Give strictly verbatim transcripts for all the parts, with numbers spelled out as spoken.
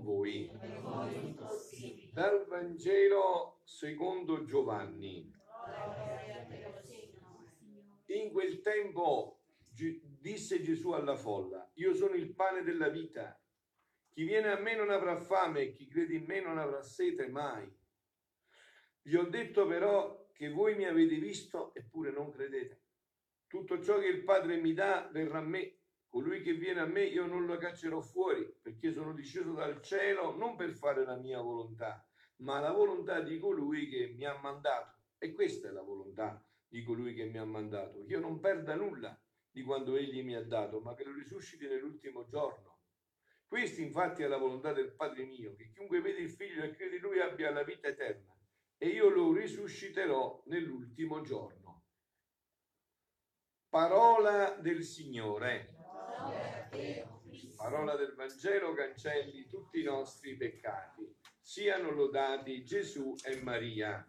con voi. Dal Vangelo secondo Giovanni. In quel tempo disse Gesù alla folla: io sono il pane della vita. Chi viene a me non avrà fame e chi crede in me non avrà sete mai. Vi ho detto però che voi mi avete visto eppure non credete. Tutto ciò che il Padre mi dà verrà a me. Colui che viene a me io non lo caccerò fuori, perché sono disceso dal cielo non per fare la mia volontà, ma la volontà di colui che mi ha mandato. E questa è la volontà di colui che mi ha mandato, che io non perda nulla di quanto egli mi ha dato, ma che lo risusciti nell'ultimo giorno. Questa infatti è la volontà del Padre mio, che chiunque vede il Figlio e crede in Lui abbia la vita eterna, e io lo risusciterò nell'ultimo giorno. Parola del Signore. Parola del Vangelo cancelli tutti i nostri peccati. Siano lodati Gesù e Maria.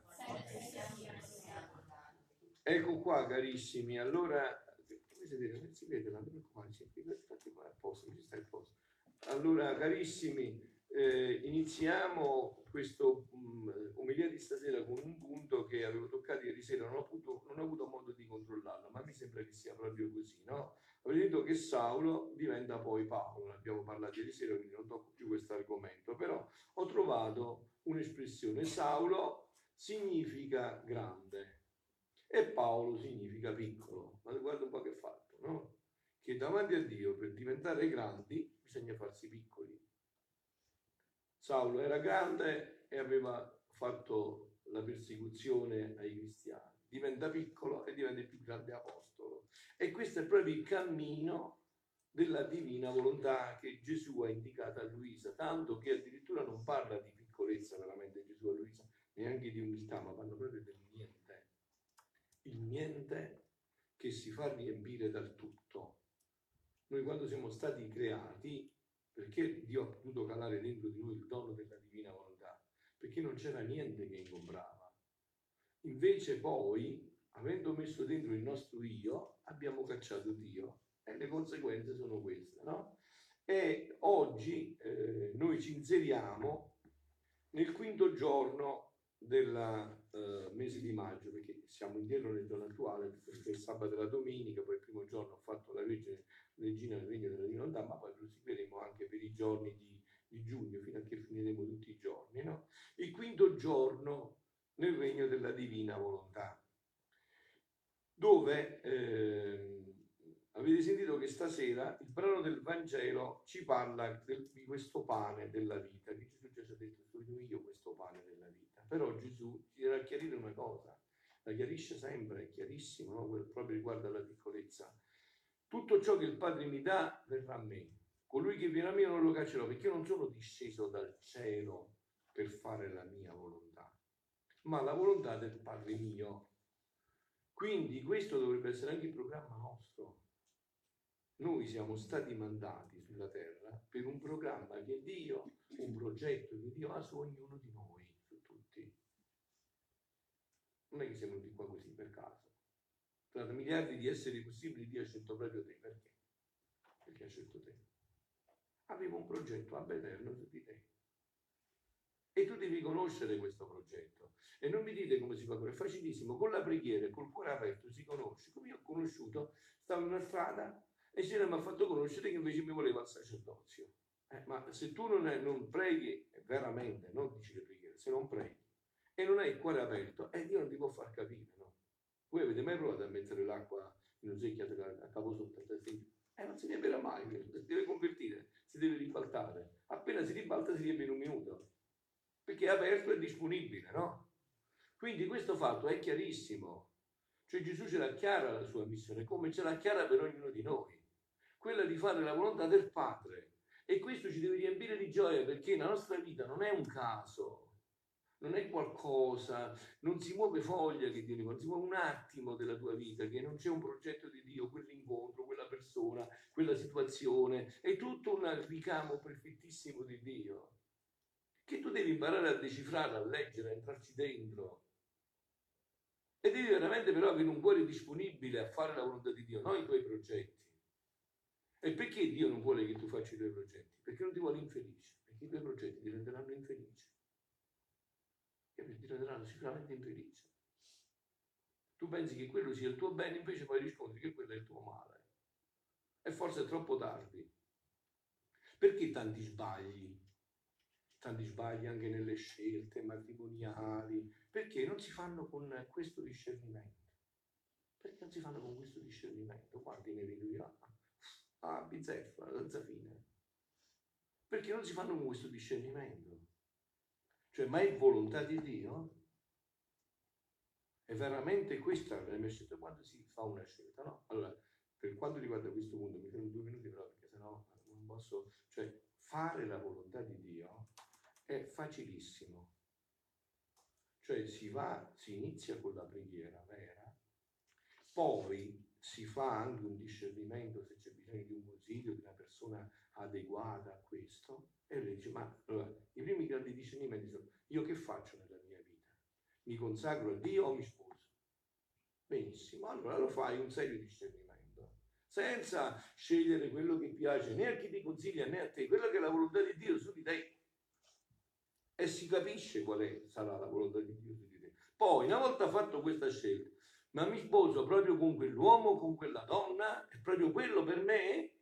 Ecco qua, carissimi. Allora, come si vede? Non si vede, non ci sta il posto. Allora, carissimi, eh, iniziamo questo um, omelia di stasera con un punto che avevo toccato ieri sera, non ho, avuto, non ho avuto modo di controllarlo, ma mi sembra che sia proprio così, no? Avete detto che Saulo diventa poi Paolo, ne abbiamo parlato ieri sera, quindi non tocco più questo argomento, però ho trovato un'espressione: Saulo significa grande e Paolo significa piccolo. Ma guarda un po' che fatto, no? Che davanti a Dio per diventare grandi bisogna farsi piccoli. Saulo era grande e aveva fatto la persecuzione ai cristiani, diventa piccolo e diventa il più grande apostolo. E questo è proprio il cammino della divina volontà che Gesù ha indicato a Luisa, tanto che addirittura non parla di piccolezza veramente Gesù a Luisa, neanche di umiltà, ma parla proprio del niente. Il niente che si fa riempire dal tutto. Noi quando siamo stati creati, perché Dio ha potuto calare dentro di noi il dono della divina volontà? Perché non c'era niente che ingombrava. Invece poi, avendo messo dentro il nostro io, abbiamo cacciato Dio e le conseguenze sono queste, no? E oggi eh, noi ci inseriamo nel quinto giorno del uh, mese di maggio, perché siamo indietro nel giorno attuale, perché il sabato e la domenica, poi il primo giorno ho fatto la Vergine Regina del Regno della Divinità, ma poi proseguiremo anche per i giorni di, di giugno, fino a che finiremo tutti i giorni, no? Il quinto giorno nel Regno della Divina Volontà, dove eh, avete sentito che stasera il brano del Vangelo ci parla del, di questo pane della vita, che Gesù già ci ha detto: sono io questo pane della vita. Però Gesù ci deve chiarire una cosa, la chiarisce sempre, è chiarissimo, no? Proprio riguardo alla piccolezza. Tutto ciò che il Padre mi dà verrà a me. Colui che viene a me non lo caccerò, perché io non sono disceso dal cielo per fare la mia volontà, ma la volontà del Padre mio. Quindi questo dovrebbe essere anche il programma nostro. Noi siamo stati mandati sulla terra per un programma che Dio, un progetto che Dio ha su ognuno di noi, su tutti. Non è che siamo venuti qua così per caso. Tra miliardi di esseri possibili Dio ha scelto proprio te. Perché? Perché ha scelto te. Aveva un progetto ab eterno su di te. E tu devi conoscere questo progetto. E non mi dite come si fa, è facilissimo. Con la preghiera e col cuore aperto si conosce. Come io ho conosciuto, stavo in una strada e Signore mi ha fatto conoscere che invece mi voleva il sacerdozio. Eh, ma se tu non, è, non preghi, veramente, non dici le preghiere, se non preghi e non hai il cuore aperto, eh, Dio non ti può far capire, no? Voi avete mai provato a mettere l'acqua in un secchio a capo sotto? Eh, non si riempirà mai, si deve convertire, si deve ribaltare. Appena si ribalta si riempie in un minuto, perché è aperto e disponibile, no? Quindi questo fatto è chiarissimo. Cioè Gesù ce l'ha chiara la sua missione, come ce l'ha chiara per ognuno di noi, quella di fare la volontà del Padre. E questo ci deve riempire di gioia, perché la nostra vita non è un caso, non è qualcosa, non si muove foglia che Dio non si muove un attimo della tua vita, che non c'è un progetto di Dio, quell'incontro, quella persona, quella situazione, è tutto un ricamo perfettissimo di Dio, che tu devi imparare a decifrare, a leggere, a entrarci dentro. E devi veramente però avere un cuore disponibile a fare la volontà di Dio, non i tuoi progetti. E perché Dio non vuole che tu faccia i tuoi progetti? Perché non ti vuole infelice, perché i tuoi progetti ti renderanno infelice. Capito? Ti renderanno sicuramente infelice. Tu pensi che quello sia il tuo bene, invece poi riscontri che quello è il tuo male. E forse è troppo tardi. Perché tanti sbagli? Tanti sbagli anche nelle scelte matrimoniali. Perché non si fanno con questo discernimento? Perché non si fanno con questo discernimento? Guardi ne vedo io. Ah, bizzeffa, senza fine. Perché non si fanno con questo discernimento? Cioè, ma è volontà di Dio? È veramente questa la mia scelta quando si fa una scelta, no? Allora, per quanto riguarda questo punto, mi fermo due minuti però, perché sennò non posso... Cioè, fare la volontà di Dio è facilissimo. Cioè, si va, si inizia con la preghiera vera, poi si fa anche un discernimento se c'è bisogno di un consiglio, di una persona adeguata a questo, e lei dice, ma allora, i primi grandi discernimenti sono, io che faccio nella mia vita? Mi consacro a Dio o mi sposo? Benissimo, allora lo fai un serio discernimento, senza scegliere quello che piace né a chi ti consiglia né a te, quello che è la volontà di Dio su di te. E si capisce qual è, sarà la volontà di Dio su di te. Poi, una volta fatto questa scelta, ma mi sposo proprio con quell'uomo, con quella donna, è proprio quello per me?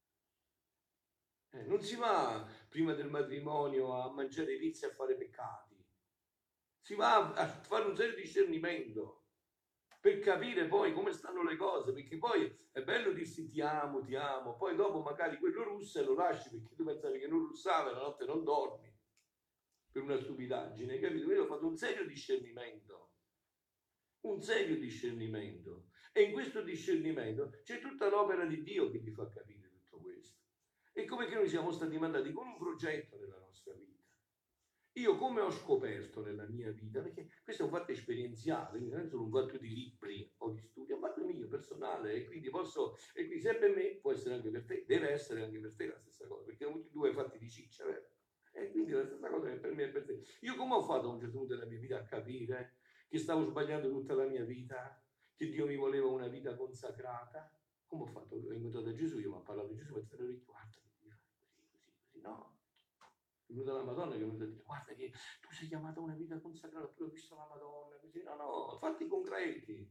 Eh, non si va prima del matrimonio a mangiare pizza e a fare peccati. Si va a fare un serio discernimento per capire poi come stanno le cose, perché poi è bello dirsi ti amo, ti amo, poi dopo magari quello russa e lo lasci perché tu pensavi che non russava e la notte non dormi per una stupidaggine, capito? Quindi ho fatto un serio discernimento, un serio discernimento, e in questo discernimento c'è tutta l'opera di Dio che ti fa capire tutto questo. E come che noi siamo stati mandati con un progetto nella nostra vita. Io come ho scoperto nella mia vita, perché questo è un fatto esperienziale, non è solo un fatto di libri o di studi, è un fatto mio, personale, e quindi posso, e quindi se per me può essere anche per te, deve essere anche per te la stessa cosa, perché siamo tutti e due fatti di ciccia, vero? E quindi la stessa cosa che per me è per te. Io come ho fatto a un certo punto della mia vita a capire che stavo sbagliando tutta la mia vita, che Dio mi voleva una vita consacrata? Come ho fatto? Ho incontrato Gesù, io mi ho parlato di Gesù, mi ho detto, guarda, così, così, così, no. È venuta la Madonna che mi ha detto, guarda che tu sei chiamata a una vita consacrata, poi ho visto la Madonna, così, no, no, fatti concreti.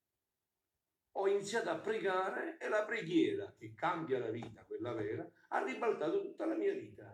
Ho iniziato a pregare e la preghiera, che cambia la vita, quella vera, ha ribaltato tutta la mia vita.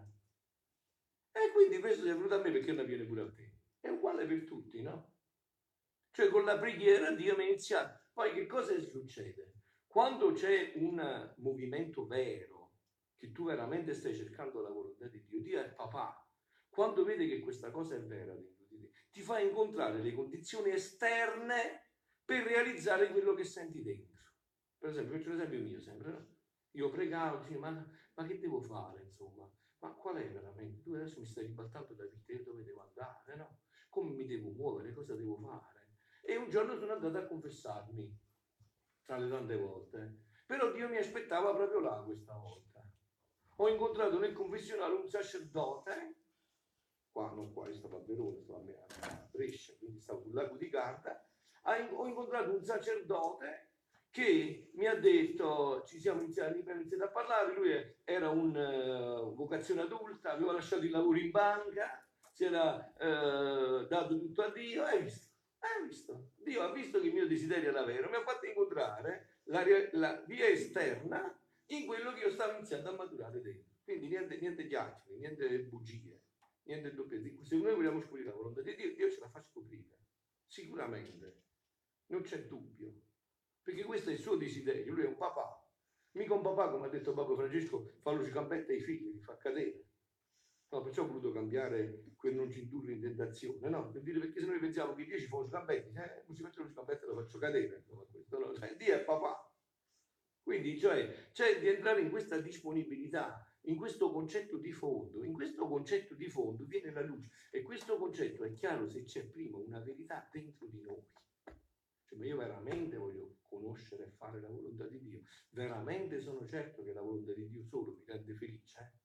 E quindi questo è venuto a me perché non avviene pure a te. È uguale per tutti, no? Cioè con la preghiera Dio mi ha iniziato. Poi che cosa succede? Quando c'è un movimento vero, che tu veramente stai cercando la volontà di Dio, Dio è papà. Quando vede che questa cosa è vera dentro di te, ti fa incontrare le condizioni esterne per realizzare quello che senti dentro. Per esempio, faccio l'esempio mio sempre, no? Io pregavo, dicevo, ma, ma che devo fare, insomma? Ma qual è veramente? Tu adesso mi stai ribaltando da vita, dove devo andare, no? Come mi devo muovere, cosa devo fare? E un giorno sono andato a confessarmi, tra le tante volte, però Dio mi aspettava proprio là questa volta. Ho incontrato nel confessionale un sacerdote, qua, non qua, io stavo a Verona, stavo a Brescia, quindi stavo sul lago di Garda, ho incontrato un sacerdote che mi ha detto, ci siamo iniziati, iniziati a parlare, lui era un uh, vocazione adulta, aveva lasciato il lavoro in banca, si era uh, dato tutto a Dio, hai visto? Hai visto? Dio ha visto che il mio desiderio era vero, mi ha fatto incontrare la, la via esterna in quello che io stavo iniziando a maturare dentro. Quindi niente, niente chiacchiere, niente bugie, niente doppie. Se noi vogliamo scoprire la volontà di Dio, Dio ce la fa scoprire, sicuramente, non c'è dubbio, perché questo è il suo desiderio, lui è un papà. Mica un papà, come ha detto Papa Francesco, fa lo scampetto ai figli, li fa cadere. No, perciò ho voluto cambiare quel non ci indurre in tentazione, no? Per dire, perché se noi pensiamo che Dio ci fa lo scampetto, eh, mi ci metto lo scampetto e lo faccio cadere, insomma, questo, no? Cioè, Dio è papà. Quindi, cioè, c'è di entrare in questa disponibilità, in questo concetto di fondo. In questo concetto di fondo viene la luce. E questo concetto è chiaro se c'è prima una verità dentro di noi. Cioè, ma io veramente voglio conoscere e fare la volontà di Dio. Veramente sono certo che la volontà di Dio solo mi rende felice. Eh?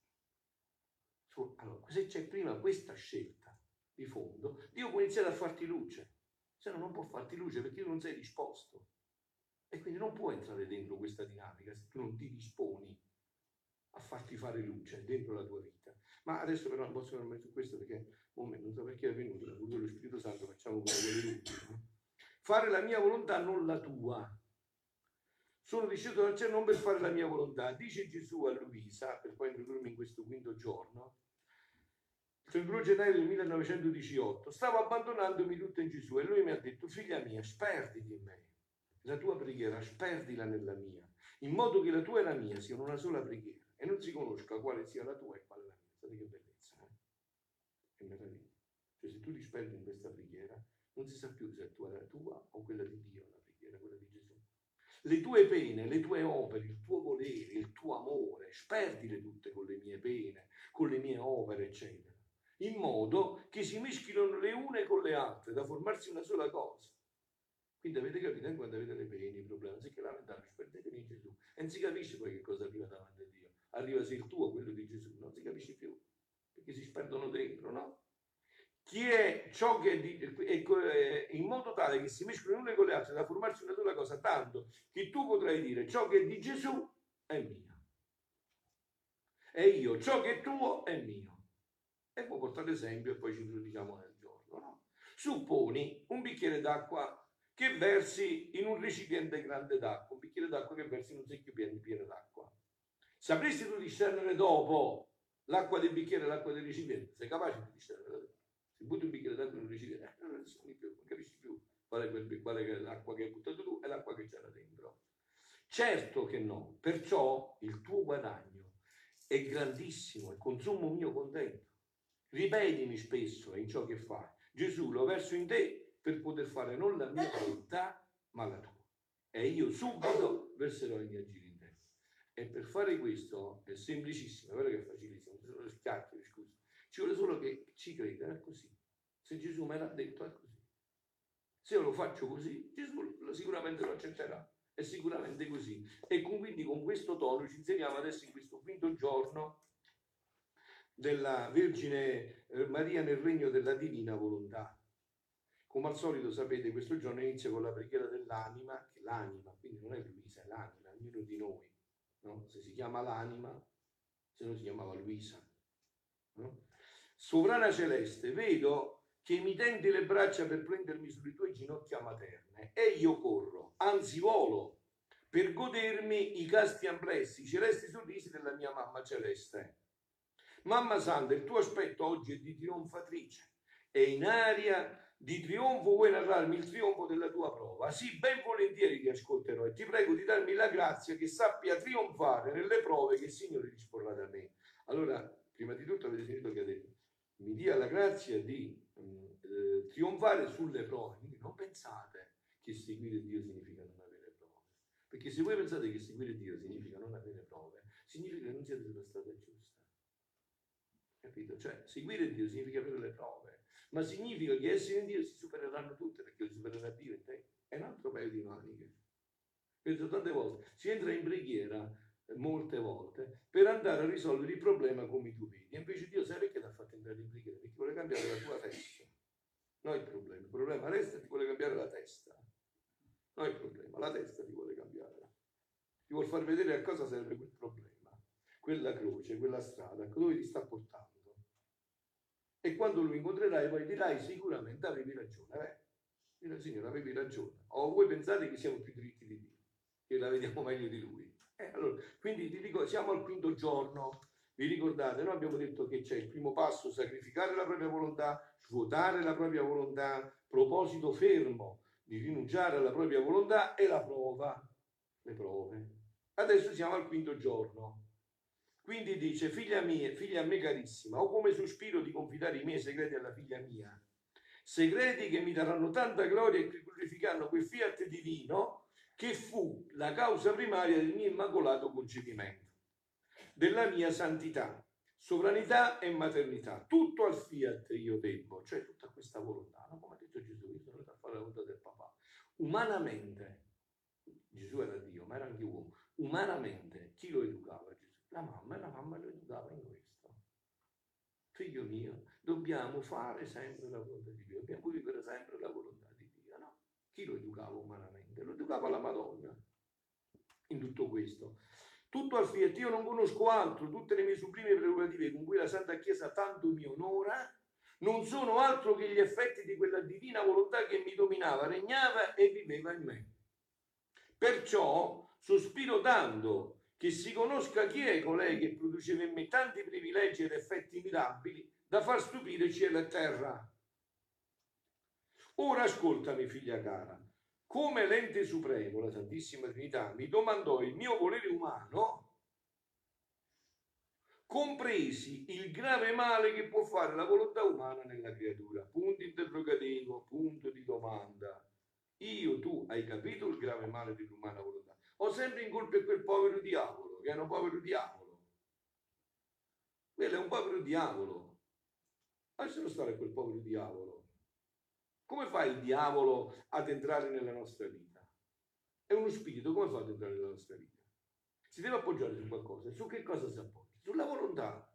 Allora, se c'è prima questa scelta di fondo, Dio può iniziare a farti luce. Se no non può farti luce perché tu non sei disposto. E quindi non può entrare dentro questa dinamica se tu non ti disponi a farti fare luce dentro la tua vita. Ma adesso però non posso fermare su questo perché oh, non so perché è venuto, la lo Spirito Santo, facciamo come vuole lui. Fare la mia volontà, non la tua. Sono disceso dal cielo non per fare la mia volontà, dice Gesù a Luisa, per poi introdurmi in questo quinto giorno, il trentuno gennaio del millenovecentodiciotto, stavo abbandonandomi tutto in Gesù e lui mi ha detto, figlia mia, sperditi in me, la tua preghiera, sperdila nella mia, in modo che la tua e la mia siano una sola preghiera e non si conosca quale sia la tua e quale la mia. Sapete che bellezza, eh? Che meraviglia. Cioè se tu ti sperdi in questa preghiera, non si sa più se è tua, la tua o quella di Dio, la preghiera, quella di Gesù. Le tue pene, le tue opere, il tuo volere, il tuo amore, sperdile tutte con le mie pene, con le mie opere, eccetera, in modo che si mischino le une con le altre, da formarsi una sola cosa. Quindi avete capito, eh, quando avete le pene, i problemi, anziché lamentarvi, sperdetevi in Gesù. E non si capisce poi che cosa arriva davanti a Dio. Arriva se il tuo, quello di Gesù, non si capisce più, perché si sperdono dentro, no? Chi è ciò che è, di, è in modo tale che si mescolano le une con le altre da formarsi una sola cosa, tanto che tu potrai dire ciò che è di Gesù è mio e io ciò che è tuo è mio. E poi portare esempio e poi ci introduciamo nel giorno, no? Supponi un bicchiere d'acqua che versi in un recipiente grande d'acqua, un bicchiere d'acqua che versi in un secchio pieno, pieno d'acqua. Sapresti tu discernere dopo l'acqua del bicchiere e l'acqua del recipiente? Sei capace di discernere? Se butti un bicchiere d'acqua in un recipiente, eh, non, più, non capisci più qual è, quel, qual è l'acqua che hai buttato tu e l'acqua che c'era dentro. Certo che no, perciò il tuo guadagno è grandissimo, è consumo mio contento. Ripetimi spesso in ciò che fai. Gesù, lo verso in te per poter fare non la mia volontà, ma la tua. E io subito verserò i miei agiri in te. E per fare questo è semplicissimo, è vero che è facilissimo, ci sono schiacchi, scusa. Ci vuole solo che ci creda, è così. Se Gesù me l'ha detto, è così. Se io lo faccio così, Gesù sicuramente lo accetterà. È sicuramente così. E con, quindi con questo tono ci inseriamo adesso in questo quinto giorno della Vergine Maria nel regno della divina volontà. Come al solito sapete, questo giorno inizia con la preghiera dell'anima, che l'anima, quindi non è Luisa, è l'anima, ognuno di noi, no? Se si chiama l'anima, se no si chiamava Luisa, no? Sovrana celeste, vedo che mi tendi le braccia per prendermi sulle tue ginocchia materne e io corro, anzi volo, per godermi i casti amplessi, i celesti sorrisi della mia mamma celeste. Mamma Santa, il tuo aspetto oggi è di trionfatrice e in aria di trionfo vuoi narrarmi il trionfo della tua prova. Sì, ben volentieri ti ascolterò e ti prego di darmi la grazia che sappia trionfare nelle prove che il Signore disporrà da me. Allora, prima di tutto avete sentito che ha detto, mi dia la grazia di eh, trionfare sulle prove. Quindi non pensate che seguire Dio significa non avere prove. Perché se voi pensate che seguire Dio significa non avere prove, significa che non siete sulla strada giusta. Capito? Cioè, seguire Dio significa avere le prove, ma significa che essere in Dio si supereranno tutte, perché si supererà Dio in te. È un altro paio di maniche. Vedo tante volte, si entra in preghiera molte volte per andare a risolvere il problema come tu vedi. E invece Dio sai perché ti ha fatto entrare in preghiera? Perché vuole cambiare la tua testa. Non il problema. Il problema resta, ti vuole cambiare la testa. Non il problema, la testa ti vuole cambiare. Ti vuole far vedere a cosa serve quel problema, quella croce, quella strada, dove ti sta portando. E quando lo incontrerai poi dirai sicuramente avevi ragione. Eh? Dirà, Signore, avevi ragione. O voi pensate che siamo più dritti di Dio, che la vediamo meglio di Lui. Eh, allora, quindi ti dico, siamo al quinto giorno. Vi ricordate, noi abbiamo detto che c'è il primo passo, sacrificare la propria volontà, svuotare la propria volontà, proposito fermo di rinunciare alla propria volontà e la prova, le prove. Adesso siamo al quinto giorno. Quindi dice, figlia mia, figlia mia carissima, ho come sospiro di confidare i miei segreti alla figlia mia, segreti che mi daranno tanta gloria e che glorificheranno quel fiat divino che fu la causa primaria del mio immacolato concepimento, della mia santità, sovranità e maternità. Tutto al fiat io devo, cioè tutta questa volontà, no? Come ha detto Gesù, io sono venuto a fare la volontà del papà. Umanamente, Gesù era Dio, ma era anche uomo, umanamente chi lo educava? Gesù. La mamma, e la mamma lo educava in questo. Figlio mio, dobbiamo fare sempre la volontà di Dio, dobbiamo vivere sempre la volontà di Dio, no? Chi lo educava umanamente? Lo educava la Madonna in tutto questo. Tutto al fiat, io non conosco altro, tutte le mie sublime prerogative con cui la Santa Chiesa tanto mi onora, non sono altro che gli effetti di quella divina volontà che mi dominava, regnava e viveva in me. Perciò sospiro tanto che si conosca chi è colei che produceva in me tanti privilegi ed effetti mirabili da far stupire cielo e terra. Ora ascoltami, figlia cara, come l'ente supremo, la Santissima Trinità, mi domandò il mio volere umano, compresi il grave male che può fare la volontà umana nella creatura. Punto interrogativo, punto di domanda. Io, tu, hai capito il grave male dell'umana volontà? Ho sempre in colpa quel povero diavolo, che è un povero diavolo. Quello è un povero diavolo. Lascialo stare quel povero diavolo. Come fa il diavolo ad entrare nella nostra vita? È uno spirito, come fa ad entrare nella nostra vita? Si deve appoggiare su qualcosa. Su che cosa si appoggia? Sulla volontà.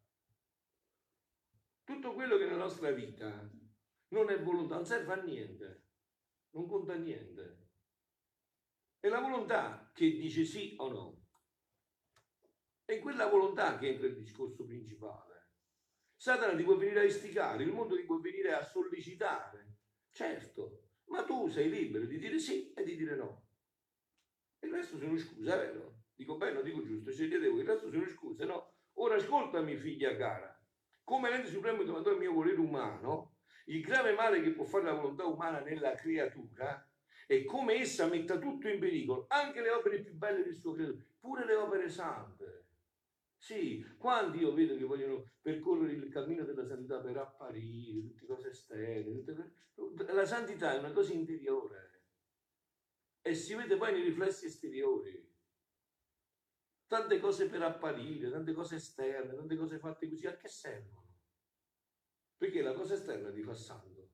Tutto quello che nella nostra vita non è volontà, non serve a niente, non conta niente. È la volontà che dice sì o no. È in quella volontà che entra il discorso principale. Satana ti può venire a istigare, il mondo ti può venire a sollecitare, certo, ma tu sei libero di dire sì e di dire no. Il resto sono scuse, è vero? Dico bene, non dico giusto, scegliete voi, il resto sono scuse, no? Ora ascoltami, figlia cara, come l'ente supremo domandò il mio volere umano, il grave male che può fare la volontà umana nella creatura è come essa metta tutto in pericolo, anche le opere più belle del suo creatore, pure le opere sante. Sì, quando io vedo che vogliono percorrere il cammino della santità per apparire, tutte cose esterne, tutte... la santità è una cosa interiore e si vede poi nei riflessi esteriori. Tante cose per apparire, tante cose esterne, tante cose fatte così, a che servono? Perché la cosa esterna ti fa santo.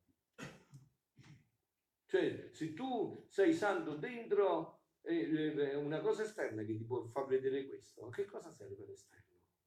Cioè, se tu sei santo dentro, è una cosa esterna che ti può far vedere questo. A che cosa serve l'esterno?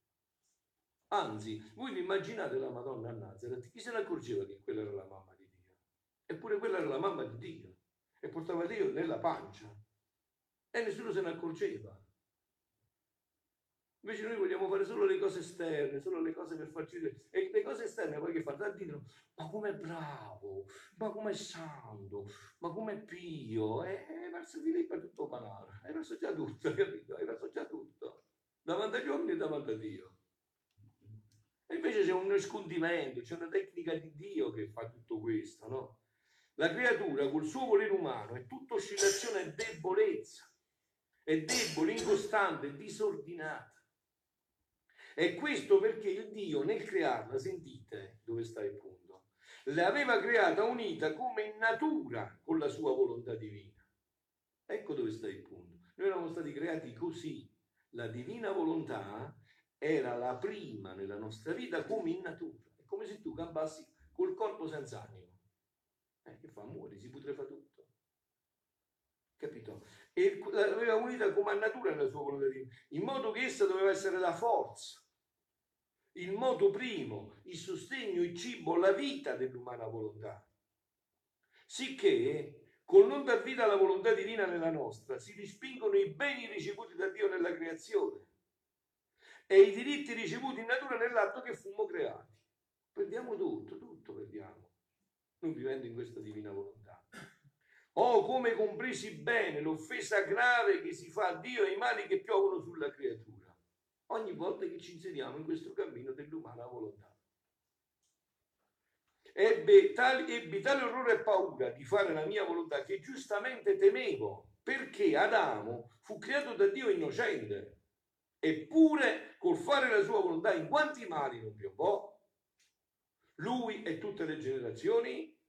Anzi, voi vi immaginate la Madonna a Nazareth, chi se ne accorgeva che quella era la mamma di Dio? Eppure quella era la mamma di Dio e portava Dio nella pancia e nessuno se ne accorgeva. Invece noi vogliamo fare solo le cose esterne, solo le cose per farci vedere. E le cose esterne poi che fanno? Dicono, ma com'è bravo, ma com'è santo, ma com'è pio. E, e verso Filippo è tutto banale. Hai perso già tutto, capito? Hai perso già tutto. Davanti agli uomini e davanti a Dio. E invece c'è uno scondimento, c'è una tecnica di Dio che fa tutto questo, no? La creatura col suo volere umano è tutta oscillazione e debolezza. È debole, incostante, disordinata. E questo perché il Dio nel crearla, sentite dove sta il punto, l'aveva creata unita come in natura con la sua volontà divina. Ecco dove sta il punto. Noi eravamo stati creati così. La divina volontà era la prima nella nostra vita come in natura. È come se tu campassi col corpo senza anima. Eh, che fa? Muori, si putrefa tutto. Capito? E l'aveva unita come a natura nella sua volontà divina, in modo che essa doveva essere la forza, il modo primo, il sostegno, il cibo, la vita dell'umana volontà. Sicché, col non dar vita alla volontà divina nella nostra, si rispingono i beni ricevuti da Dio nella creazione e i diritti ricevuti in natura nell'atto che fummo creati. Perdiamo tutto, tutto perdiamo, non vivendo in questa divina volontà. Oh, come compresi bene l'offesa grave che si fa a Dio e i mali che piovono sulla creatura ogni volta che ci inseriamo in questo cammino dell'umana volontà. Ebbe tale, ebbi tale orrore e paura di fare la mia volontà che giustamente temevo, perché Adamo fu creato da Dio innocente, eppure col fare la sua volontà in quanti mali non piombò? Lui e tutte le generazioni.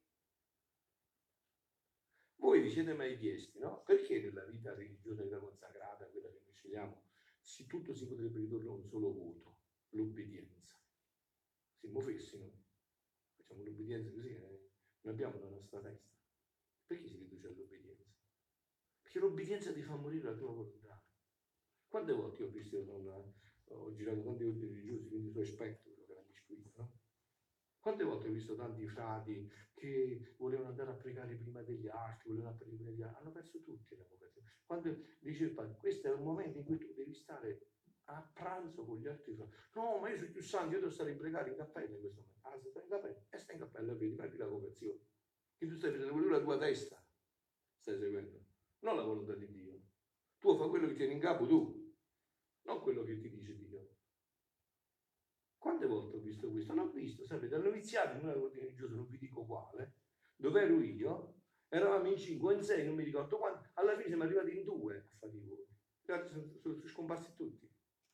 Voi vi siete mai chiesti, no? Perché nella vita religiosa, vita consacrata, quella che noi scegliamo, si, tutto si potrebbe ridurre a un solo voto, l'obbedienza. Se muovessimo, facciamo l'obbedienza così, eh, non abbiamo la nostra testa. Perché si riduce all'obbedienza? Perché l'obbedienza ti fa morire la tua volontà. Quante volte ho visto, non, ho girato tanti ordini religiosi, quindi so esperto quello che era biscuito, no? Quante volte ho visto tanti frati che volevano andare a pregare prima degli altri, volevano prima degli altri, hanno perso tutti la vocazione. Quando dice il padre, questo è un momento in cui tu devi stare a pranzo con gli altri frati. No, ma io sono più santo, io devo stare in pregare in cappella in questo momento. Ah, se stai in cappella, e stai in cappella, vedi, prendi la conversione. Che tu stai prendendo pure la tua testa, stai seguendo, non la volontà di Dio. Tu fai quello che tieni in capo tu, non quello che ti dice Dio. Quante volte ho visto questo? Non ho visto, sapete, hanno iniziato in una ordine religiosa, non vi dico quale, dove ero io, eravamo in cinque, in sei, non mi ricordo quanto, alla fine siamo arrivati in due a fare i voti. Gli altri sono, sono, sono scomparsi tutti.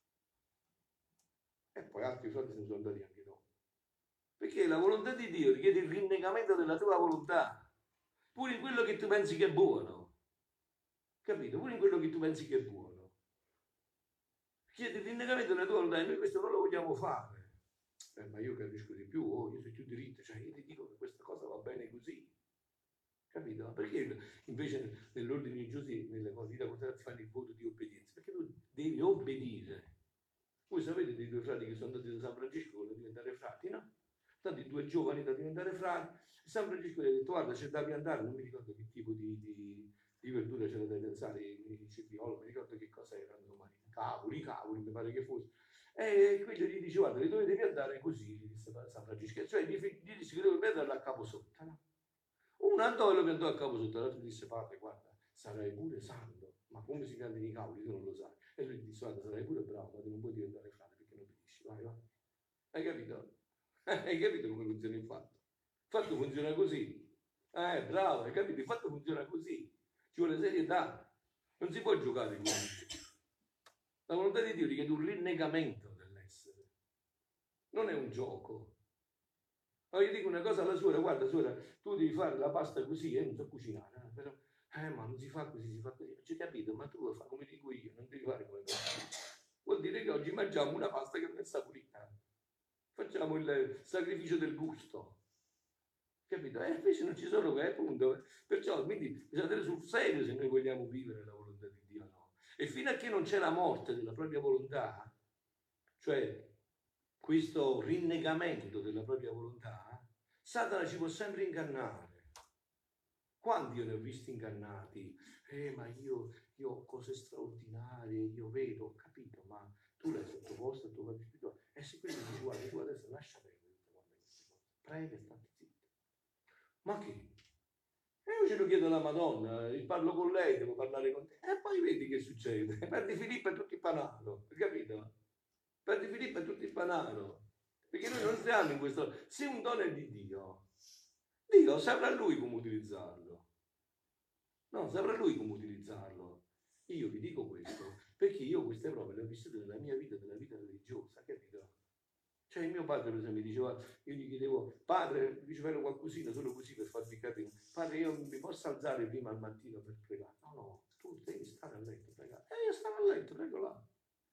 E poi altri frati se ne sono andati anche dopo. Perché la volontà di Dio richiede il rinnegamento della tua volontà, pure in quello che tu pensi che è buono. Capito? Pure in quello che tu pensi che è buono. Chiede il rinnegamento della tua volontà e noi questo non lo vogliamo fare. Eh, ma io capisco di più, oh, io sono più diritto, cioè io ti dico che questa cosa va bene così. Capito? Perché invece nell'ordine religioso, nella vita contraria, ti fanno il voto di obbedienza? Perché tu devi obbedire. Voi sapete dei due frati che sono andati da San Francesco per diventare frati, no? Stati due giovani da diventare frati. E San Francesco gli ha detto, guarda, c'è da piantare, non mi ricordo che tipo di, di, di verdura c'era da piantare, i cetrioli, mi ricordo che cosa erano, insomma, i cavoli, i cavoli, mi pare che fosse. E quello gli dice, guarda, li dovete piantare così, gli disse San Francesco. Cioè gli, gli disse che dovete piantarla a capo sotto, no? Uno andò e lo piantò a capo sotto, l'altro disse, padre, guarda, sarai pure santo, ma come si piantano i cavoli, tu non lo sai. E lui disse, guarda, sarai pure bravo, ma tu non puoi diventare frate perché non obbedisci, vai, vai. Hai capito? Hai capito come funziona il fatto? Il fatto funziona così. Eh, bravo, hai capito? Il fatto funziona così. Ci vuole serietà. Non si può giocare con questo. La volontà di Dio richiede un rinnegamento dell'essere. Non è un gioco. No, io dico una cosa alla suora, guarda suora, tu devi fare la pasta così, io eh, non so cucinare, eh, però, eh ma non si fa così, si fa così. Ci capito, ma tu lo fai come dico io, non devi fare come me. Vuol dire che oggi mangiamo una pasta che non è saporita. Facciamo il sacrificio del gusto. Capito? E invece non ci sono quel punto. Perciò quindi bisogna tenere sul serio se noi vogliamo vivere la volontà di Dio o no. E fino a che non c'è la morte della propria volontà, cioè questo rinnegamento della propria volontà, Satana ci può sempre ingannare. Quanti io ne ho visti ingannati? Eh, ma io, io ho cose straordinarie, io vedo, ho capito, ma tu l'hai sottoposto al tuo padre spirituale. E se quello dice, guarda, tu adesso lascia perdere tutte quante queste cose, prega e state zitto. Ma che? E io ce lo chiedo alla Madonna, parlo con lei, devo parlare con te. E poi vedi che succede. Perdi Filippo e tutti panaro, capito? Perdi Filippo e tutti panaro. Perché noi non stiamo in questo... Se un dono è di Dio, Dio saprà lui come utilizzarlo. No, saprà lui come utilizzarlo. Io vi dico questo perché io queste prove le ho vissute nella mia vita, nella vita religiosa, capito? Cioè il mio padre per esempio mi diceva, io gli chiedevo, padre, mi diceva qualcosina solo così per farvi capire, padre io mi posso alzare prima al mattino per pregare? No, no, tu devi stare a letto, pregare. E io stavo a letto, prego là.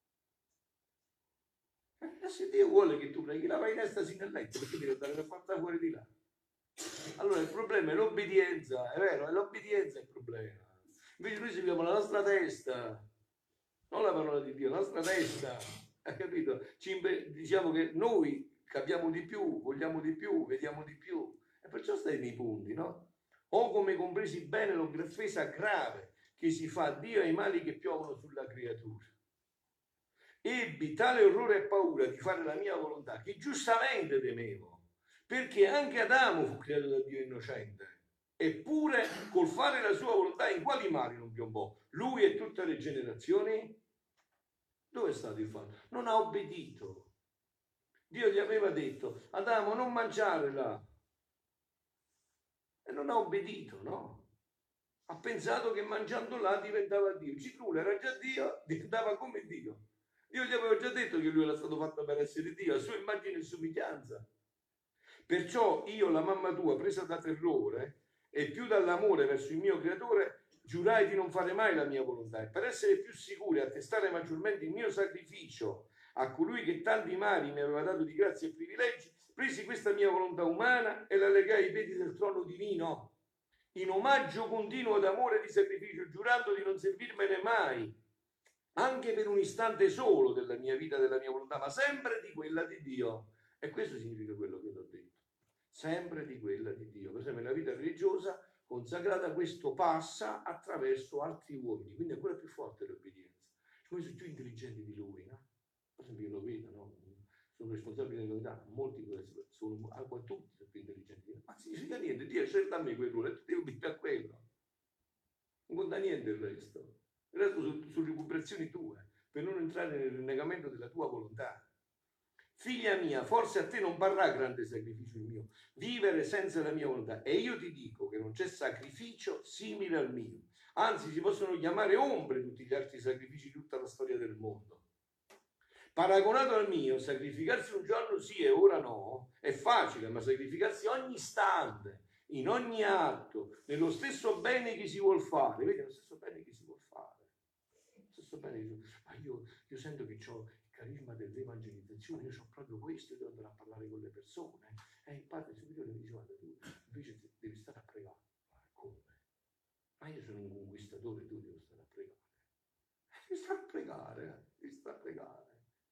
E se Dio vuole che tu preghi, la vai in estasi nel letto, perché devi andare per forza fuori di là. Allora il problema è l'obbedienza, è vero, è l'obbedienza il problema. Invece noi seguiamo la nostra testa, non la parola di Dio, la nostra testa, hai capito? Ci, diciamo che noi capiamo di più, vogliamo di più, vediamo di più, e perciò stai nei punti, no? O come compresi bene l'offesa grave che si fa a Dio e ai mali che piovono sulla creatura. Ebbi tale orrore e paura di fare la mia volontà, che giustamente temevo, perché anche Adamo fu creato da Dio innocente, eppure col fare la sua volontà in quali mali non piombò? Lui e tutte le generazioni? Dove è stato il fatto? Non ha obbedito. Dio gli aveva detto, Adamo non mangiare là. E non ha obbedito, no? Ha pensato che mangiando là diventava Dio. Cicruna era già Dio, diventava come Dio. Dio gli aveva già detto che lui era stato fatto per essere Dio, a sua immagine e somiglianza. Perciò io, la mamma tua, presa da terrore e più dall'amore verso il mio creatore, giurai di non fare mai la mia volontà e per essere più sicuri e attestare maggiormente il mio sacrificio a colui che tanti mali mi aveva dato di grazie e privilegi, presi questa mia volontà umana e la legai ai piedi del trono divino, in omaggio continuo d'amore e di sacrificio, giurando di non servirmene mai, anche per un istante solo della mia vita, della mia volontà, ma sempre di quella di Dio. E questo significa quello che ho detto. Sempre di quella di Dio. Per esempio, nella vita religiosa consacrata questo passa attraverso altri uomini, quindi è ancora più forte l'obbedienza. Come sono più intelligenti di lui, no? per esempio io lo vedo, no? Sono responsabile dell'unità, molti sono, ah, tutti sono più intelligenti, ma si significa niente, Dio scelta a me quel ruolo e tu devi obbedire a quello, non conta niente il resto, il resto sono, sono recuperazioni tue, per non entrare nel rinnegamento della tua volontà. Figlia mia, forse a te non parrà grande sacrificio il mio, vivere senza la mia volontà, e io ti dico che non c'è sacrificio simile al mio, anzi si possono chiamare ombre tutti gli altri sacrifici di tutta la storia del mondo. Paragonato al mio, sacrificarsi un giorno sì e ora no, è facile, ma sacrificarsi ogni istante, in ogni atto, nello stesso bene che si vuol fare, vedi, lo stesso bene che si vuol fare, lo stesso bene che si vuol fare. Ma io, io sento che ho il carisma dell'evangelizzazione, io ho proprio questo, io devo andare a parlare con le persone, e il padre superiore mi dice, guarda, tu invece devi stare a pregare. Ma come? Ma io sono un conquistatore, tu devi stare a pregare. Devi stare a pregare, devi stare a pregare.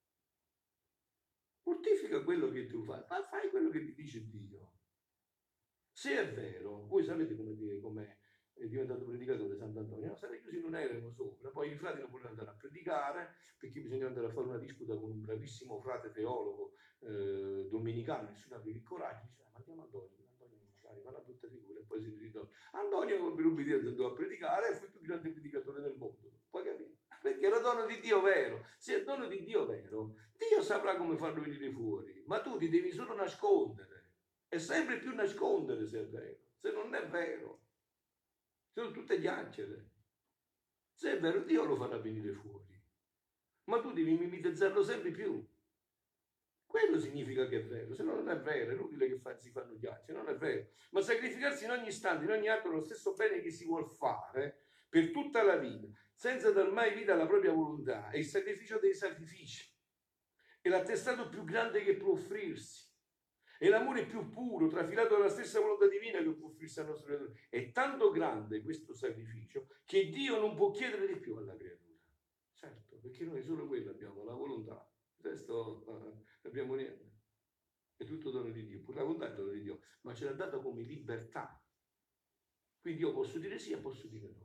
Mortifica quello che tu fai, ma fai quello che ti dice Dio. Se è vero, voi sapete come come è diventato predicatore Sant'Antonio, no? State chiusi in un aereo sopra, poi i frati non volevano andare a predicare perché bisogna andare a fare una disputa con un bravissimo frate teologo eh, domenicano, nessuno aveva il coraggio, diceva, ma andiamo a Antonio, Antonio magari fa una brutta figura e poi si ritorna. Antonio per ubbidienza andò a predicare e fu il più grande predicatore del mondo, puoi capire? Perché era dono di Dio vero. Se è dono di Dio vero, Dio saprà come farlo venire fuori, ma tu ti devi solo nascondere, e sempre più nascondere se è vero, se non è vero, sono tutte chiacchiere. Se è vero, Dio lo farà venire fuori, ma tu devi mimetizzarlo sempre più. Quello significa che è vero, se no non è vero, è inutile che fa, si fanno chiacchiere, non è vero. Ma sacrificarsi in ogni istante, in ogni atto, lo stesso bene che si vuol fare per tutta la vita, senza dar mai vita alla propria volontà, è il sacrificio dei sacrifici, è l'attestato più grande che può offrirsi, è l'amore più puro, trafilato dalla stessa volontà divina che può offrirsi al nostro creatore. È tanto grande questo sacrificio che Dio non può chiedere di più alla creatura. Certo, perché noi solo quello abbiamo, la volontà, il resto non eh, abbiamo niente. È tutto dono di Dio, pure la volontà è dono di Dio, ma ce l'ha dato come libertà. Quindi io posso dire sì e posso dire no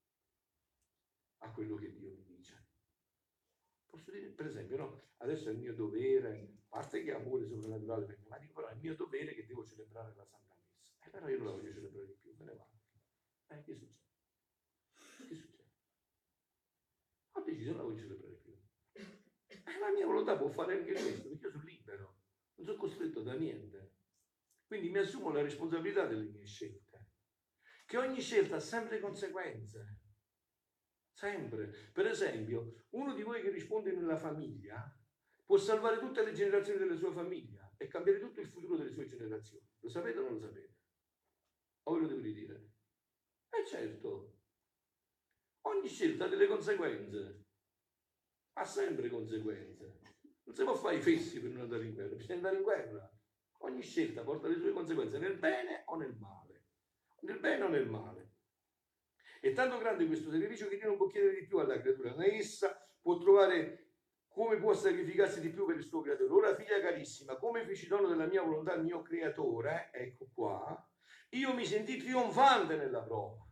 a quello che Dio mi dice. Posso dire, per esempio, no, adesso è il mio dovere, a parte che è amore soprannaturale per me, ma dico però è il mio dovere che devo celebrare la Santa Messa. E eh, però io non la voglio celebrare di più, me ne vado. Eh, che succede? Che succede? Ho deciso, non la voglio celebrare più. Eh, la mia volontà può fare anche questo, perché io sono libero, non sono costretto da niente. Quindi mi assumo la responsabilità delle mie scelte, che ogni scelta ha sempre conseguenze. Sempre. Per esempio, uno di voi che risponde nella famiglia può salvare tutte le generazioni della sua famiglia e cambiare tutto il futuro delle sue generazioni. Lo sapete o non lo sapete? O ve lo devo ridire? Eh certo. Ogni scelta ha delle conseguenze. Ha sempre conseguenze. Non si può fare i fessi per non andare in guerra, bisogna andare in guerra. Ogni scelta porta le sue conseguenze nel bene o nel male. Nel bene o nel male. È tanto grande questo sacrificio che Dio non può chiedere di più alla creatura, ma essa può trovare come può sacrificarsi di più per il suo creatore. Ora, figlia carissima, come feci dono della mia volontà al mio creatore, ecco qua, io mi sentii trionfante nella prova.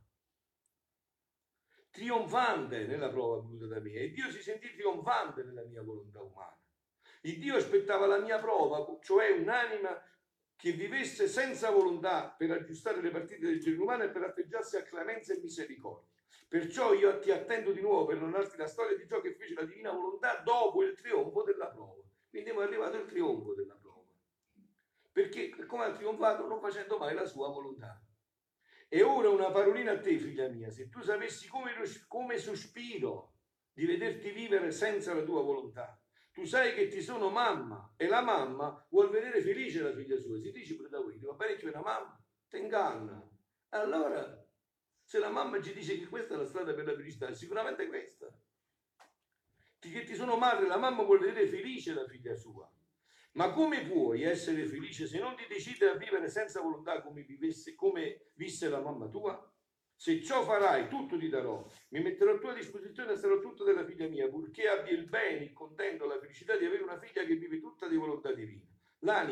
Trionfante nella prova voluta da me. E Dio si sentì trionfante nella mia volontà umana. Il Dio aspettava la mia prova, cioè un'anima che vivesse senza volontà per aggiustare le partite del genere umano e per atteggiarsi a clemenza e misericordia. Perciò io ti attendo di nuovo per donarti la storia di ciò che fece la divina volontà dopo il trionfo della prova. Quindi è arrivato il trionfo della prova. Perché come ha trionfato non facendo mai la sua volontà. E ora una parolina a te, figlia mia, se tu sapessi come, come sospiro di vederti vivere senza la tua volontà. Tu sai che ti sono mamma e la mamma vuol vedere felice la figlia sua. Si dice pure da voi, va bene che una mamma ti inganna. Allora, se la mamma ci dice che questa è la strada per la felicità, è sicuramente questa. Che ti sono madre, la mamma vuol vedere felice la figlia sua. Ma come puoi essere felice se non ti decidi a vivere senza volontà come, vivesse, come visse la mamma tua? Se ciò farai, tutto ti darò, mi metterò a tua disposizione e sarò tutto della figlia mia, purché abbia il bene, il contento, la felicità di avere una figlia che vive tutta di volontà divina. L'anima,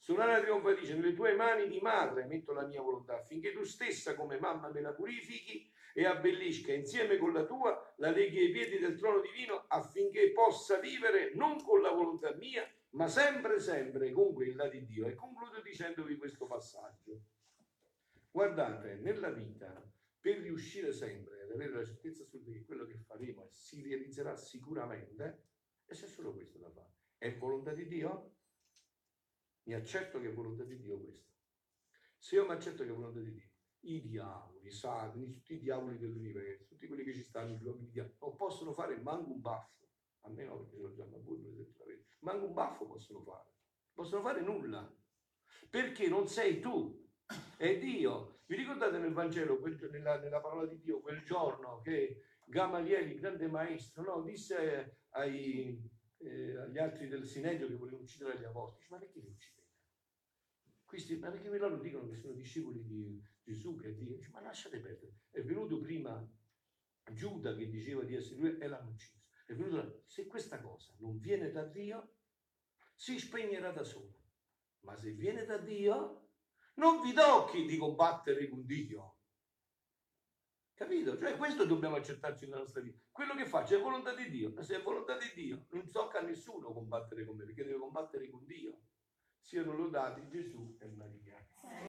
Solana trionfa dice: nelle tue mani di madre metto la mia volontà, affinché tu stessa come mamma me la purifichi e abbellisca, insieme con la tua la leghi ai piedi del trono divino, affinché possa vivere non con la volontà mia, ma sempre sempre con quella di Dio. E concludo dicendovi questo passaggio. Guardate, nella vita, per riuscire sempre ad avere la certezza su che quello che faremo si realizzerà sicuramente, e c'è solo questo da fare. È volontà di Dio? Mi accerto che è volontà di Dio questo. Se io mi accerto che è volontà di Dio, i diavoli, i satani, tutti i diavoli dell'universo, tutti quelli che ci stanno, gli uomini di diavolo, non possono fare manco un baffo. A me no, perché sono già una burla, manco un baffo possono fare. Possono fare nulla. Perché non sei tu, è Dio. Vi ricordate nel Vangelo, quel, nella, nella parola di Dio, quel giorno che Gamaliele, il grande maestro, no, disse ai, eh, agli altri del Sinedrio che volevano uccidere gli apostoli, ma perché li uccidete? Questi, ma perché loro dicono che sono discepoli di Gesù, che Dio dice, ma lasciate perdere. È venuto prima Giuda che diceva di essere lui e l'hanno ucciso. È venuto, se questa cosa non viene da Dio, si spegnerà da sola. Ma se viene da Dio, non vi tocchi di combattere con Dio. Capito? Cioè questo dobbiamo accettarci nella nostra vita. Quello che faccio è volontà di Dio. Ma se è volontà di Dio, non tocca a nessuno combattere con me, perché deve combattere con Dio. Siano lodati Gesù e Maria.